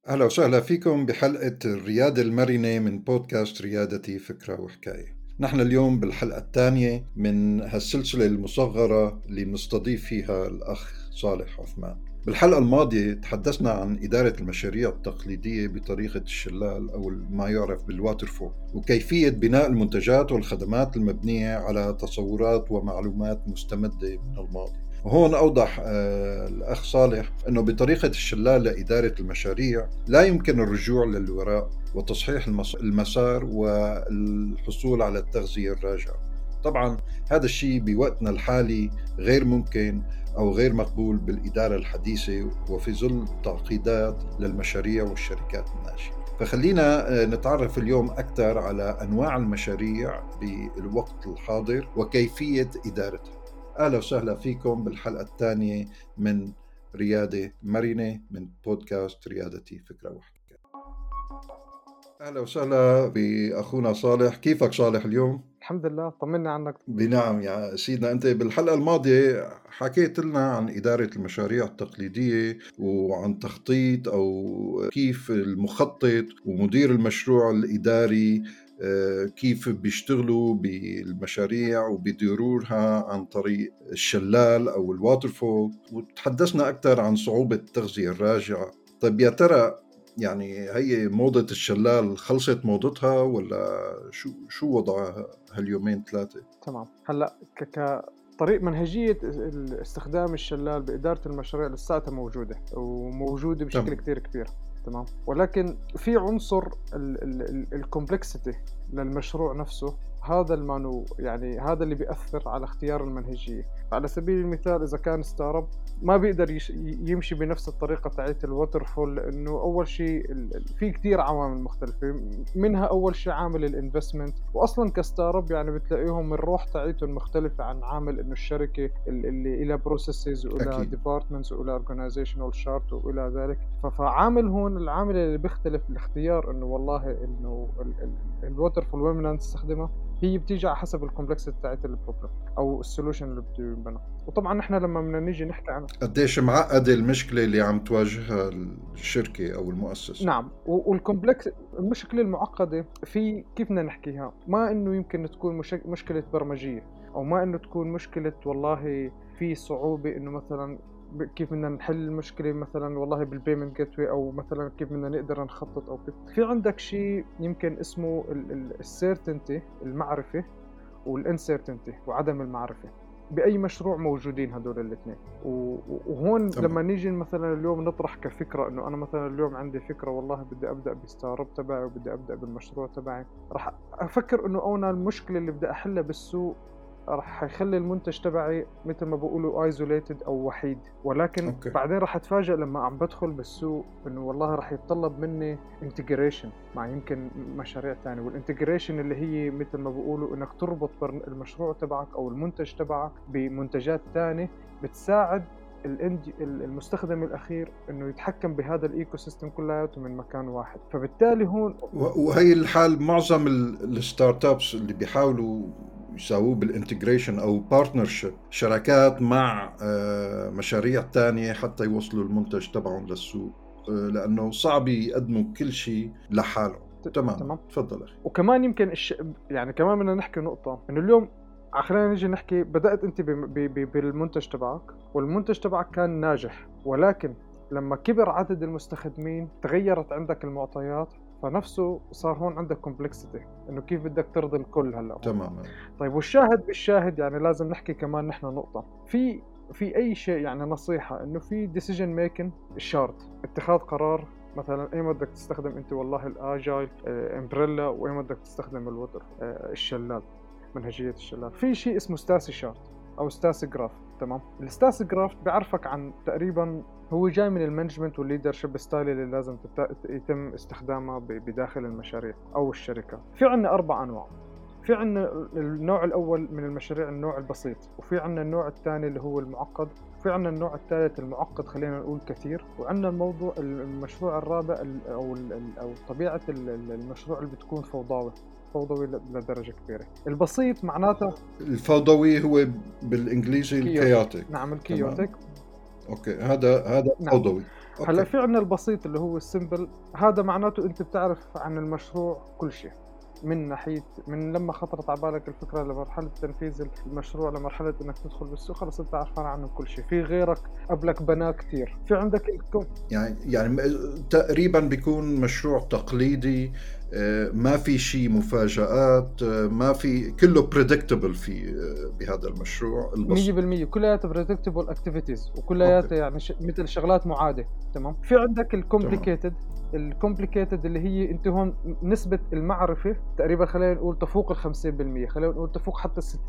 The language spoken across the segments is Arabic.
أهلا وسهلا فيكم بحلقة الريادة المرنة من بودكاست ريادتي فكرة وحكاية. نحن اليوم بالحلقة الثانية من هالسلسلة المصغرة اللي نستضيف فيها الأخ صالح عثمان. بالحلقة الماضية تحدثنا عن إدارة المشاريع التقليدية بطريقة الشلال أو ما يعرف بالواترفول، وكيفية بناء المنتجات والخدمات المبنية على تصورات ومعلومات مستمدة من الماضي. وهون أوضح الأخ صالح أنه بطريقة الشلال لإدارة المشاريع لا يمكن الرجوع للوراء وتصحيح المسار والحصول على التغذية الراجعة. طبعا هذا الشيء بوقتنا الحالي غير ممكن أو غير مقبول بالإدارة الحديثة وفي ظل تعقيدات للمشاريع والشركات الناشئة. فخلينا نتعرف اليوم أكثر على أنواع المشاريع بالوقت الحاضر وكيفية إدارتها. أهلا وسهلا فيكم بالحلقة الثانية من ريادة مرنة من بودكاست ريادتي فكرة وحكاية. أهلا وسهلا بأخونا صالح. كيفك صالح اليوم؟ الحمد لله، طمنا عنك. بنعم يا سيدنا. أنت بالحلقة الماضية حكيت لنا عن إدارة المشاريع التقليدية وعن تخطيط أو كيف المخطط ومدير المشروع الإداري كيف بيشتغلوا بالمشاريع وبيديروها عن طريق الشلال أو الواترفول، وتحدثنا أكثر عن صعوبة التغذية الراجعة. طيب يا ترى يعني هي موضة الشلال خلصت موضتها ولا شو وضعها هاليومين ثلاثة؟ تمام. هلا كطريق منهجية استخدام الشلال بإدارة المشاريع لساتها موجودة وموجودة بشكل تمام. كتير كبير. تمام. ولكن في عنصر الكومبلكسيتي للمشروع نفسه، هذا المانو يعني هذا اللي بيأثر على اختيار المنهجية. على سبيل المثال إذا كان ستارب ما بيقدر يمشي بنفس الطريقة تاعت الواترفول، لأنه أول شيء في كتير عوامل مختلفة، منها أول شيء عامل الانفستمنت، وأصلا كستارب يعني بتلاقيهم الروح تاعتهم مختلفة عن عامل إنه الشركة اللي إلى بروسيسز وإلى أكيد. ديبارتمنتس وإلى اورجانيزيشنال شارت وإلى ذلك. فعامل هون العامل اللي بيختلف الاختيار، إنه والله إنه الواترفول وين بدنا نستخدمها، هي بتيجي على حسب الكومبلكسيتي تاعت البروبلم او السولوشن اللي بده ينبنى. وطبعا احنا لما بدنا نيجي نحكي عن قديش معقدة المشكلة اللي عم تواجهها الشركة أو المؤسسة. نعم، والكومبلكس المشكله المعقده في كيف بدنا نحكيها، ما انه يمكن تكون مشكله برمجيه، او ما انه تكون مشكله والله في صعوبه انه مثلا كيف بدنا نحل المشكله مثلا والله بالبيمنت جيت واي، او مثلا كيف بدنا نقدر نخطط، او كيف في عندك شيء يمكن اسمه السيرتينتي، المعرفه، والانسرتينتي وعدم المعرفة. بأي مشروع موجودين هدول الاثنين. وهون تمام. لما نيجي مثلا اليوم نطرح كفكرة إنه أنا مثلا اليوم عندي فكرة والله بدي أبدأ بالستارت تبعي وبدي أبدأ بالمشروع تبعي، راح أفكر إنه أنا المشكلة اللي بدي أحلها بالسوق راح يخلي المنتج تبعي مثل ما بقولوا ايزوليتد او وحيد. ولكن أوكي. بعدين راح اتفاجئ لما عم بدخل بالسوق انه والله راح يتطلب مني انتجريشن مع يمكن مشاريع ثانيه، والانتجريشن اللي هي مثل ما بقولوا انك تربط المشروع تبعك او المنتج تبعك بمنتجات ثانيه بتساعد المستخدم الاخير انه يتحكم بهذا الايكو سيستم كلياته من مكان واحد. فبالتالي هون وهي الحال معظم الستارت ابس اللي بيحاولوا يساووه بالانتجريشن او بارتنرشيب، شراكات مع مشاريع تانية حتى يوصلوا المنتج تبعهم للسوق، لانه صعب يقدموا كل شيء لحالهم. تمام. تفضل اخي. وكمان يمكن يعني كمان بدنا نحكي نقطة انه اليوم خلينا نيجي نحكي، بدأت انت بالمنتج تبعك والمنتج تبعك كان ناجح، ولكن لما كبر عدد المستخدمين تغيرت عندك المعطيات، فنفسه صار هون عندك كومبلكسيتي انه كيف بدك ترضي الكل هلا. تماما. طيب والشاهد بالشاهد، يعني لازم نحكي كمان نحن نقطة في اي شيء، يعني نصيحة انه في ديسيجن ميكن شارت، اتخاذ قرار مثلا ايمتى بدك تستخدم انت والله الاجايل امبريلا، وايمتى بدك تستخدم الوتر الشلال، منهجية الشلال. في شيء اسمه ستاسي شارت او ستاسي جراف. تمام. الستاسي جراف بيعرفك عن تقريبا، هو جاي من المانجمنت والليدرشيب ستايل اللي لازم يتم استخدامها بداخل المشاريع او الشركة. في عندنا 4 انواع. في عندنا النوع الأول من المشاريع النوع البسيط، وفي عندنا النوع الثاني اللي هو المعقد، وفي عندنا النوع الثالث المعقد خلينا نقول كثير، وعندنا المشروع الرابع أو طبيعة المشروع اللي بتكون فوضوي لدرجة كبيرة. البسيط معناته الفوضوي هو بالانجليزي الكيوتيك. نعم، الكيوتيك. اوكي، هذا نعم. فوضوي. هلا في عنا البسيط اللي هو السيمبل، هذا معناته انت بتعرف عن المشروع كل شيء من ناحية، من لما خطرت على بالك الفكرة لمرحلة تنفيذ المشروع لمرحلة انك تدخل بالسوق، خلص انت عارفان عنه كل شيء. في غيرك قبلك بناه كتير. في عندك يعني تقريبا بيكون مشروع تقليدي، ما في شيء مفاجآت، ما في، كله بريدكتبل في بهذا المشروع البسيط 100%. كلياتها بريدكتبل اكتيفيتيز، وكلياتها يعني مثل شغلات معاده. تمام. في عندك الكومبليكيتد اللي هي انت هون نسبة المعرفة تقريبا خلينا نقول تفوق 50%، خلينا نقول تفوق حتى 60%.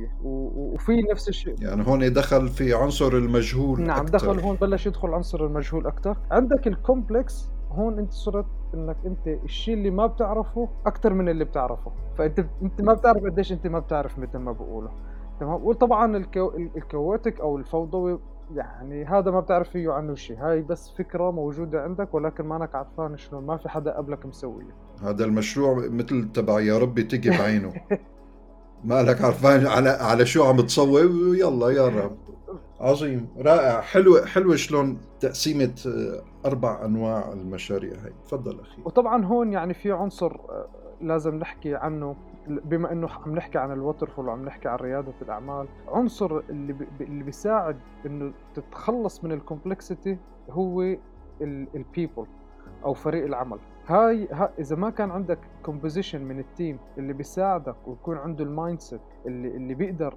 وفي نفس الشيء يعني هون دخل في عنصر المجهول. نعم أكتر. دخل هون، بلش يدخل عنصر المجهول أكتر. عندك الكومبلكس، هون انت صرت انك انت الشيء اللي ما بتعرفه اكتر من اللي بتعرفه، فانت ما بتعرف قديش انت ما بتعرف مثل ما بقولوا. تمام. وطبعا الكواتك او الفوضوي يعني هذا ما بتعرف فيه عنه شيء، هاي بس فكرة موجودة عندك ولكن ما انك عارفان شلون، ما في حدا قبلك مسويه. هذا المشروع مثل تبع يا ربي تجي بعينه. ما لك عارفان على شو عم تصوب، يلا يا رب. عظيم، رائع، حلو شلون تقسيمة 4 أنواع المشاريع هاي. تفضل أخي. وطبعا هون يعني في عنصر لازم نحكي عنه، بما انه عم نحكي عن الوترفول وعم نحكي عن ريادة الأعمال. عنصر اللي بيساعد انه تتخلص من الكومبلكسيتي هو البيبل او فريق العمل. هاي اذا ما كان عندك كومبوزيشن من التيم اللي بيساعدك ويكون عنده المايند سيت اللي بيقدر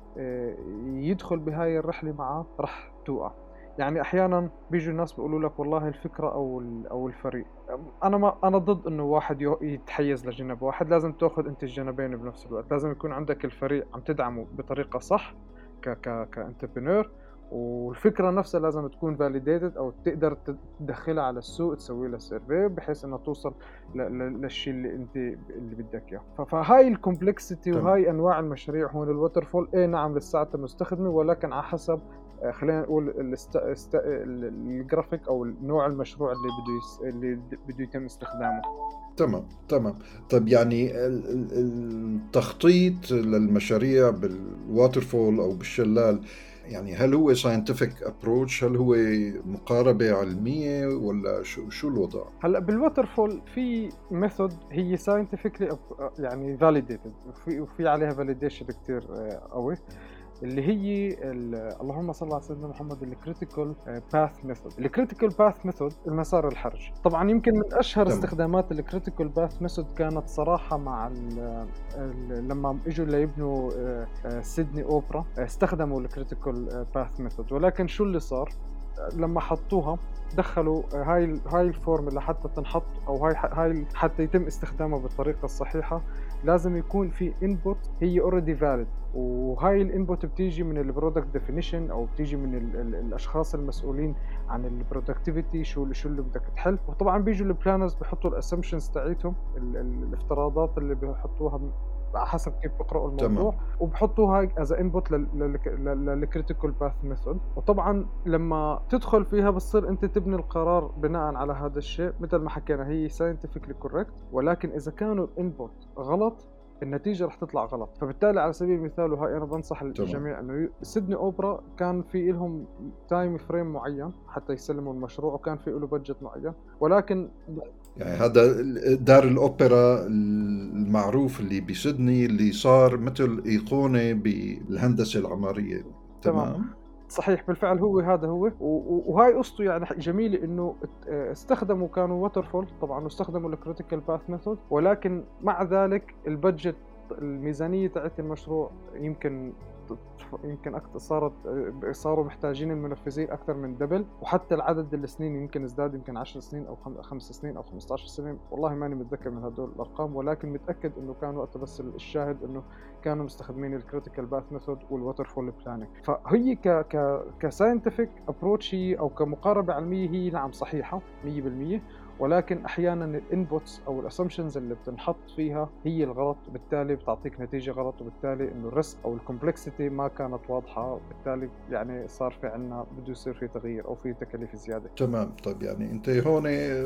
يدخل بهاي الرحلة معه، رح توقع. يعني احيانا بيجوا الناس بيقولوا لك والله الفكرة او الفريق، انا ضد انه واحد يتحيز لجنب واحد. لازم تاخذ انت الجنبين بنفس الوقت. لازم يكون عندك الفريق عم تدعمه بطريقة صح كانتربرنور، والفكرة نفسها لازم تكون validated أو تقدر تدخلها على السوق، تسوي لها سيرفي بحيث إنها توصل للشيء اللي أنت اللي بدك إياه. فهاي الكومبلكسيتي وهاي أنواع المشاريع. هون الوترفول نعم لساعتها مستخدمة، ولكن على حسب خلينا نقول الجرافيك أو نوع المشروع اللي بده يتم استخدامه. تمام. طيب يعني التخطيط للمشاريع بالواترفول أو بالشلال، يعني هل هو scientific approach؟ هل هو مقاربة علمية ولا شو الوضع؟ هلا بالوترفول في ميثود هي scientifically يعني validated، وفي عليها validation كتير قوي، اللي هي اللهم صل على سيدنا محمد، الكريتيكال باث ميثود. الكريتيكال باث ميثود المسار الحرج. طبعا يمكن من اشهر استخدامات الكريتيكال باث ميثود كانت صراحه مع لما اجوا ليبنوا سيدني اوبرا استخدموا الكريتيكال باث ميثود. ولكن شو اللي صار لما حطوها؟ دخلوا هاي الفورمولا حتى تنحط، او هاي حتى يتم استخدامها بالطريقه الصحيحه لازم يكون في انبوت هي اوريدي فاليد، وهاي الانبوت بتيجي من البرودكت ديفينيشن او بتيجي من الاشخاص المسؤولين عن البرودكتيفيتي، شو اللي بدك تحل. وطبعا بيجوا البلانرز بيحطوا الاسامبشنز تاعيتهم، الافتراضات اللي بيحطوها على حسب كيف بقرأوا الموضوع، وبحطوها از انبوت للكريتيكال باث ميثود. وطبعا لما تدخل فيها بتصير انت تبني القرار بناء على هذا الشيء. مثل ما حكينا هي ساينتفيكلي كوريكت، ولكن اذا كانوا الانبوت غلط النتيجة رح تطلع غلط. فبالتالي على سبيل المثال، وهي أنا بنصح الجميع أنه سيدني أوبرا كان في لهم تايم فريم معين حتى يسلموا المشروع، وكان في له بادجت معين. ولكن يعني هذا دار الأوبرا المعروف اللي بسيدني اللي صار مثل أيقونة بالهندسة العمارية. تمام. صحيح، بالفعل هذا هو. وهاي قصته يعني جميلة، انه استخدموا كانوا واترفول طبعا، واستخدموا الكريتيكال باث ميثود، ولكن مع ذلك البادجت الميزانية تاعت المشروع يمكن أكثر، صاروا محتاجين المنفذين أكثر من دبل، وحتى العدد السنين يمكن ازداد، يمكن 10 سنين أو 5 سنين أو 15 سنة، والله ماني متذكر من هدول الأرقام، ولكن متأكد إنه كانوا وقت بس الشاهد إنه كانوا مستخدمين الكريتيكال باث ميثود والواترفول بلانينج. فهي كساينتفك ابروتش أو كمقاربة علمية هي نعم صحيحة 100%، ولكن احيانا الانبوتس او الاسامبشنز اللي بتنحط فيها هي الغلط، وبالتالي بتعطيك نتيجه غلط، وبالتالي انه الريسك او الكومبلكسيتي ما كانت واضحه، وبالتالي يعني صار في عندنا بده يصير في تغيير او في تكاليف زياده. تمام. طيب يعني انت هون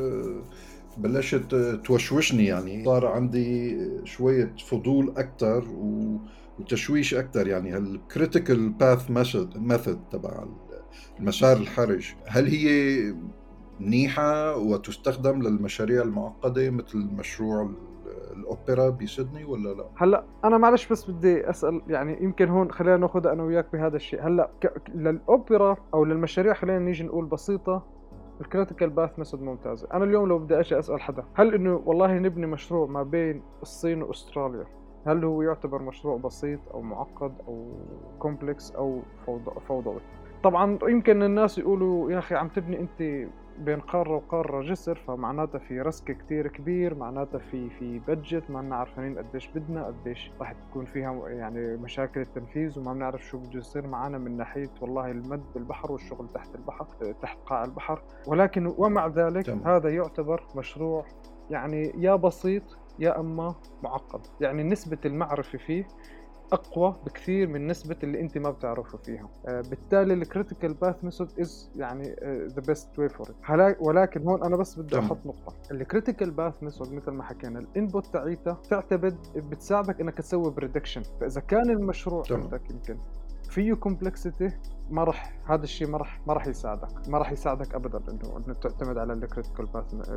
بلشت توشوشني، يعني صار عندي شويه فضول اكثر وتشويش اكثر. يعني هالكريتيكال باث ميثود تبع المسار الحرج، هل هي منيحة وتستخدم للمشاريع المعقدة مثل مشروع الأوبرا بسيدني ولا لا؟ هلا انا معلش بس بدي اسال، يعني يمكن هون خلينا ناخذ انا وياك بهذا الشيء. هلا للاوبرا او للمشاريع خلينا نيجي نقول بسيطه، الكريتيكال باث ميثود ممتازه. انا اليوم لو بدي اجي اسال حدا هل انه والله نبني مشروع ما بين الصين واستراليا، هل هو يعتبر مشروع بسيط او معقد او كومبلكس او فوضوي؟ طبعا يمكن الناس يقولوا يا اخي عم تبني انت بين قارة وقارة جسر، فمعناتها في ريسك كتير كبير، معناتها في بادجت ما لنا عارفين قديش بدنا، قديش راح تكون فيها يعني مشاكل التنفيذ، وما بنعرف شو بده يصير معنا من ناحية والله المد بالبحر والشغل تحت البحر تحت قاع البحر. ولكن ومع ذلك تمام. هذا يعتبر مشروع يعني يا بسيط يا أما معقد، يعني نسبة المعرفة فيه اقوى بكثير من نسبه اللي انت ما بتعرفه فيها. بالتالي الكريتيكال باث ميثود از يعني ذا بيست واي فور ات. ولكن هون انا بس بدي احط نقطه، الكريتيكال باث ميثود مثل ما حكينا الانبوت تاعيتها تعتمد بتساعدك انك تسوي بريدكشن. فاذا كان المشروع عندك يمكن فيه كومبلكسيتي، ما راح هذا الشيء ما راح يساعدك ابدا انه تعتمد على الكريتيكال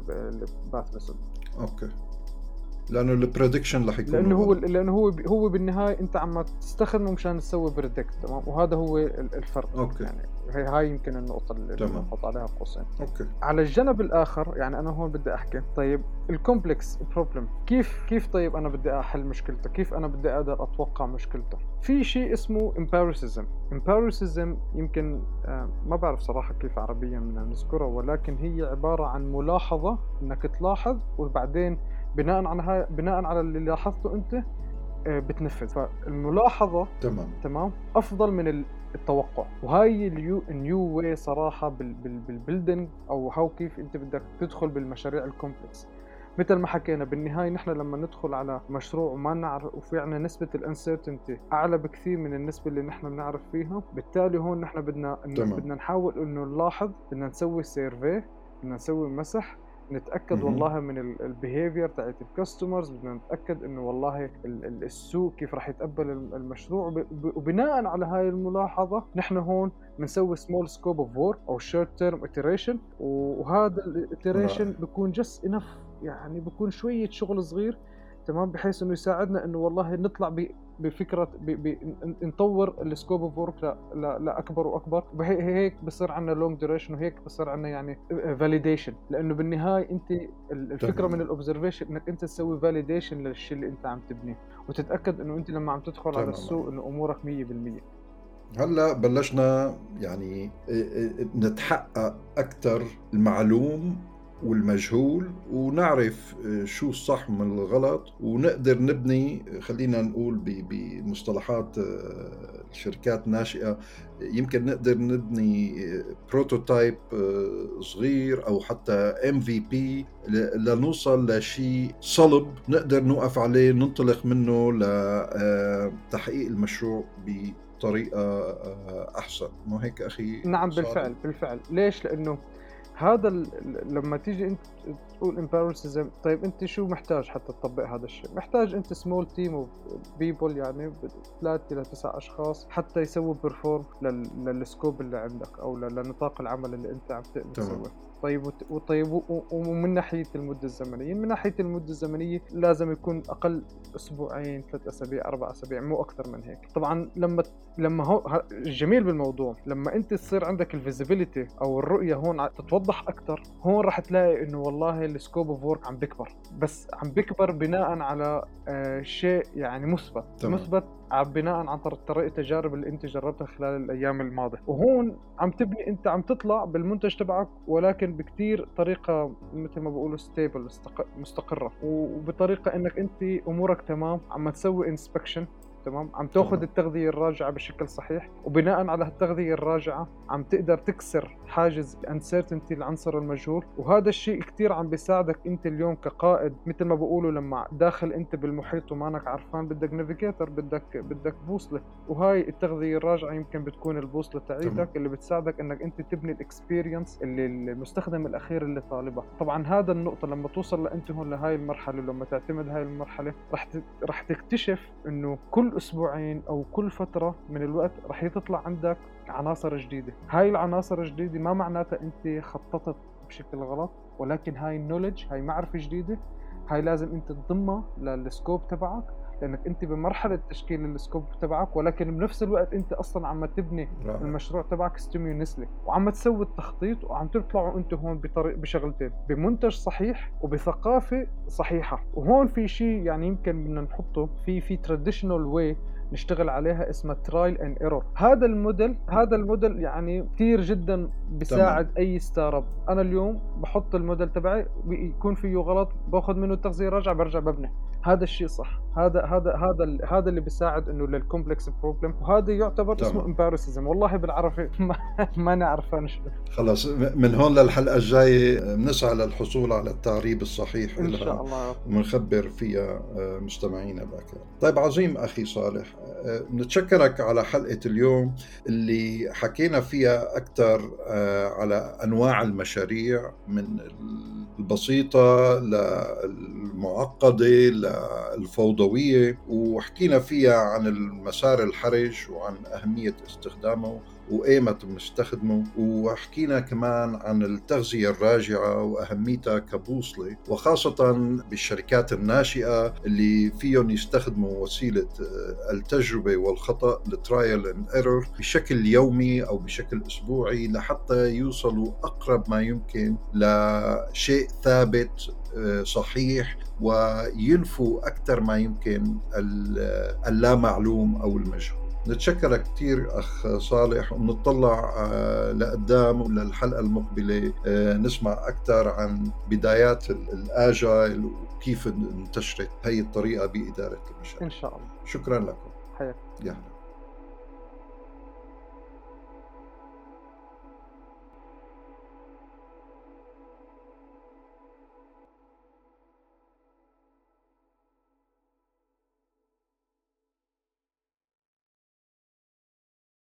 باث ميثود. اوكي، لانه البريدكشن رح يكون لانه هو بالنهايه انت عم تستخدمه مشان تسوي بريدكت، تمام؟ وهذا هو الفرق. أوكي. يعني هاي يمكن النقطه اللي بنحط عليها قوسين. اوكي. على الجانب الاخر يعني انا هون بدي احكي طيب الكومبلكس بروبلم كيف طيب انا بدي احل مشكلته، كيف انا بدي اقدر اتوقع مشكلته؟ في شيء اسمه امبيريسيزم يمكن ما بعرف صراحه كيف عربيا بدنا نذكرها، ولكن هي عباره عن ملاحظه، انك تلاحظ وبعدين بناء على اللي لاحظته انت بتنفذ. فالملاحظه تمام افضل من التوقع. وهاي النيو واي صراحه بالبيلدينج، او هاو كيف انت بدك تدخل بالمشاريع الكومبلكس. مثل ما حكينا بالنهايه نحن لما ندخل على مشروع وما نعرف وفي عنا نسبه الانسرتينتي اعلى بكثير من النسبه اللي نحن بنعرف فيها، بالتالي هون نحن بدنا نحاول انه نلاحظ، بدنا نسوي سيرفي، بدنا نسوي مسح، نتاكد والله من البيهيفير تاعت الكاستمرز، بدنا نتاكد انه والله السوق كيف راح يتقبل المشروع. وبناء على هاي الملاحظه نحن هون بنسوي سمول سكوب اوف وورك او شورت تيرم اتريشن، وهذا الاتريشن بيكون جست انف، يعني بيكون شويه شغل صغير تمام، بحيث انه يساعدنا انه والله نطلع بفكره نطور السكوب اوف ورك لاكبر واكبر. هيك بصير عندنا لونج ديوريشن، وهيك بصير عندنا يعني فاليديشن. لانه بالنهايه انت الفكره من الاوبزرفيشن انك انت تسوي فاليديشن للشيء اللي انت عم تبنيه، وتتاكد انه انت لما عم تدخل على السوق انه امورك 100%. هلا بلشنا يعني نتحقق اكثر المعلوم والمجهول، ونعرف شو الصح من الغلط، ونقدر نبني، خلينا نقول بمصطلحات الشركات الناشئة، يمكن نقدر نبني بروتوتايب صغير أو حتى MVP لنوصل لشيء صلب نقدر نوقف عليه، ننطلق منه لتحقيق المشروع بطريقة أحسن. مو هيك أخي؟ نعم بالفعل. ليش؟ لأنه هذا لما تيجي انت تقول امبيريسيزم، طيب انت شو محتاج حتى تطبق هذا الشيء؟ محتاج انت سمول تيم اوف بيبل، يعني 3 إلى 9 اشخاص حتى يسووا بيرفورم للسكوب اللي عندك او لنطاق العمل اللي انت عم تسويه. طيب ومن ناحيه المده الزمنيه، من ناحيه المده الزمنيه لازم يكون اقل اسبوعين، 3 اسابيع، 4 اسابيع، مو اكثر من هيك. طبعا لما هو الجميل بالموضوع لما انت تصير عندك الفيزيبيليتي او الرؤيه هون تتوضح اكثر، هون راح تلاقي انه والله السكوب اوف وورك عم بيكبر، بس عم بيكبر بناء على شيء يعني مثبت بناء عن طريقه التجارب اللي انت جربتها خلال الايام الماضيه. وهون عم تبني، انت عم تطلع بالمنتج تبعك، ولكن بكتير طريقه مثل ما بقولوا ستيبل، مستقره، وبطريقه انك انت امورك تمام، عم تسوي انسبكشن تمام، عم تاخذ التغذية الراجعة بشكل صحيح، وبناء على التغذية الراجعة عم تقدر تكسر حاجز uncertainty، العنصر المجهول. وهذا الشيء كتير عم بيساعدك انت اليوم كقائد، مثل ما بقولوا لما داخل انت بالمحيط ومانك عارفان، بدك نافيجيتر، بدك بوصلة، وهاي التغذية الراجعة يمكن بتكون البوصلة تاعيتك اللي بتساعدك انك انت تبني الاكسبيرينس اللي المستخدم الاخير اللي طالبه. طبعا هذا النقطة لما توصل لانت هون لهاي المرحلة، ولما تعتمد هاي المرحلة رح تكتشف انه كل أسبوعين أو كل فترة من الوقت رح يطلع عندك عناصر جديدة. هاي العناصر الجديدة ما معناتها أنت خططت بشكل غلط، ولكن هاي النولج، هاي معرفة جديدة، هاي لازم انت تضمها للسكوب تبعك، لانك انت بمرحلة تشكيل السكوب تبعك، ولكن بنفس الوقت انت اصلا عم تبني رائع. المشروع تبعك ستيميونسلي، وعم تسوي التخطيط، وعم تطلعوا انتم هون بطريق بشغلتين، بمنتج صحيح وبثقافة صحيحة. وهون في شيء يعني يمكن بدنا نحطه في تراديشنال واي نشتغل عليها، اسمها ترايل اند ايرور. هذا الموديل يعني كثير جدا بيساعد تمام. اي ستارت اب. انا اليوم بحط الموديل تبعي، بيكون فيه غلط باخذ منه التغذيه، برجع ببني. هذا الشيء صح. هذا اللي بيساعد انه للكومبلكس بروبلم، وهذا يعتبر اسمه تمام. امبارسيزم. والله بالعربي ما نعرف نشبه. خلاص، من هون للحلقة الجاية بنسعى للحصول على التعريب الصحيح ان لها شاء الله. ومنخبر فيها مستمعينا الأكرام. طيب عظيم أخي صالح، نتشكرك على حلقة اليوم اللي حكينا فيها أكثر على أنواع المشاريع، من البسيطة للمعقدة للفوضوية، وحكينا فيها عن المسار الحرج وعن أهمية استخدامه وإيمت بنستخدمه، وحكينا كمان عن التغذية الراجعة وأهميتها كبوصلة، وخاصة بالشركات الناشئة اللي فيهم يستخدموا وسيلة التجربة والخطأ الترايل اند ايرور بشكل يومي أو بشكل أسبوعي، لحتى يوصلوا أقرب ما يمكن لشيء ثابت صحيح، وينفوا أكثر ما يمكن اللا معلوم أو المجهول. نتشكرك كثير أخ صالح، ونطلع لقدام وللحلقة المقبلة نسمع أكثر عن بدايات الآجايل وكيف انتشرت هي الطريقة بإدارة المشاريع. إن شاء الله. شكرا لكم. حياك. يا هلا.